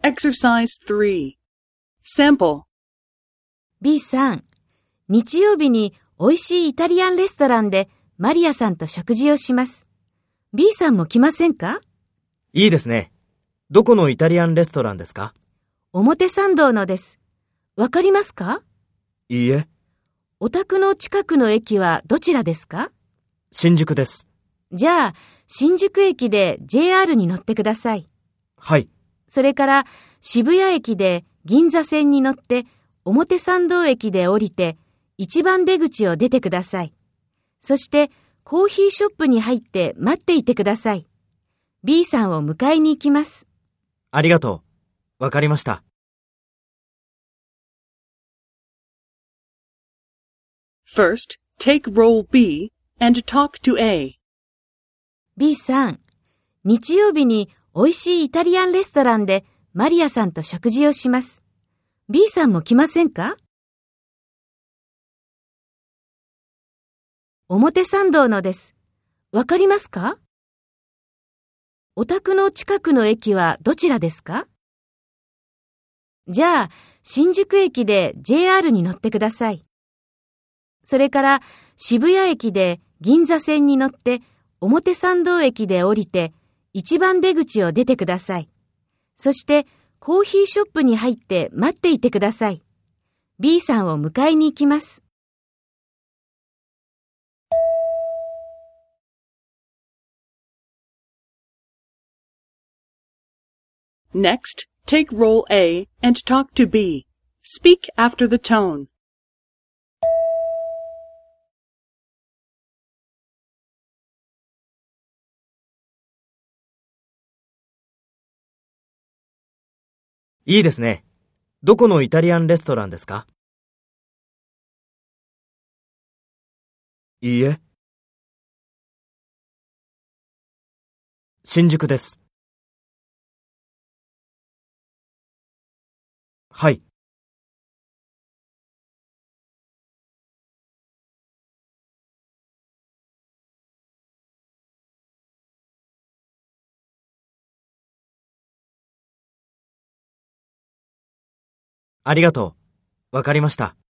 Exercise 3. Sample. B さん、日曜日に美味しいイタリアンレストランでマリアさんと食事をします。B さんも来ませんか？ いいですね。どこのイタリアンレストランですか？ 表参道のです。わかりますか？ いいえ。 お宅の近くの駅はどちらですか？ 新宿です。 じゃあ、新宿駅で JR に乗ってください。 はい。 それから渋谷駅で銀座線に乗って表参道駅で降りて一番出口を出てください。そしてコーヒーショップに入って待っていてください。B さんを迎えに行きます。 ありがとう。わかりました。 First, take role B and talk to A. B さん、日曜日に美味しいイタリアンレストランでマリアさんと食事をします。B さんも来ませんか？表参道のです。わかりますか？お宅の近くの駅はどちらですか？じゃあ、新宿駅で JR に乗ってください。それから渋谷駅で銀座線に乗って表参道駅で降りて一番出口を出てください。そしてコーヒーショップに入って待っていてください。B さんを迎えに行きます。 Next, take role A and talk to B. Speak after the tone. いいですね。どこのイタリアンレストランですか？いいえ。新宿です。はい。ありがとう。わかりました。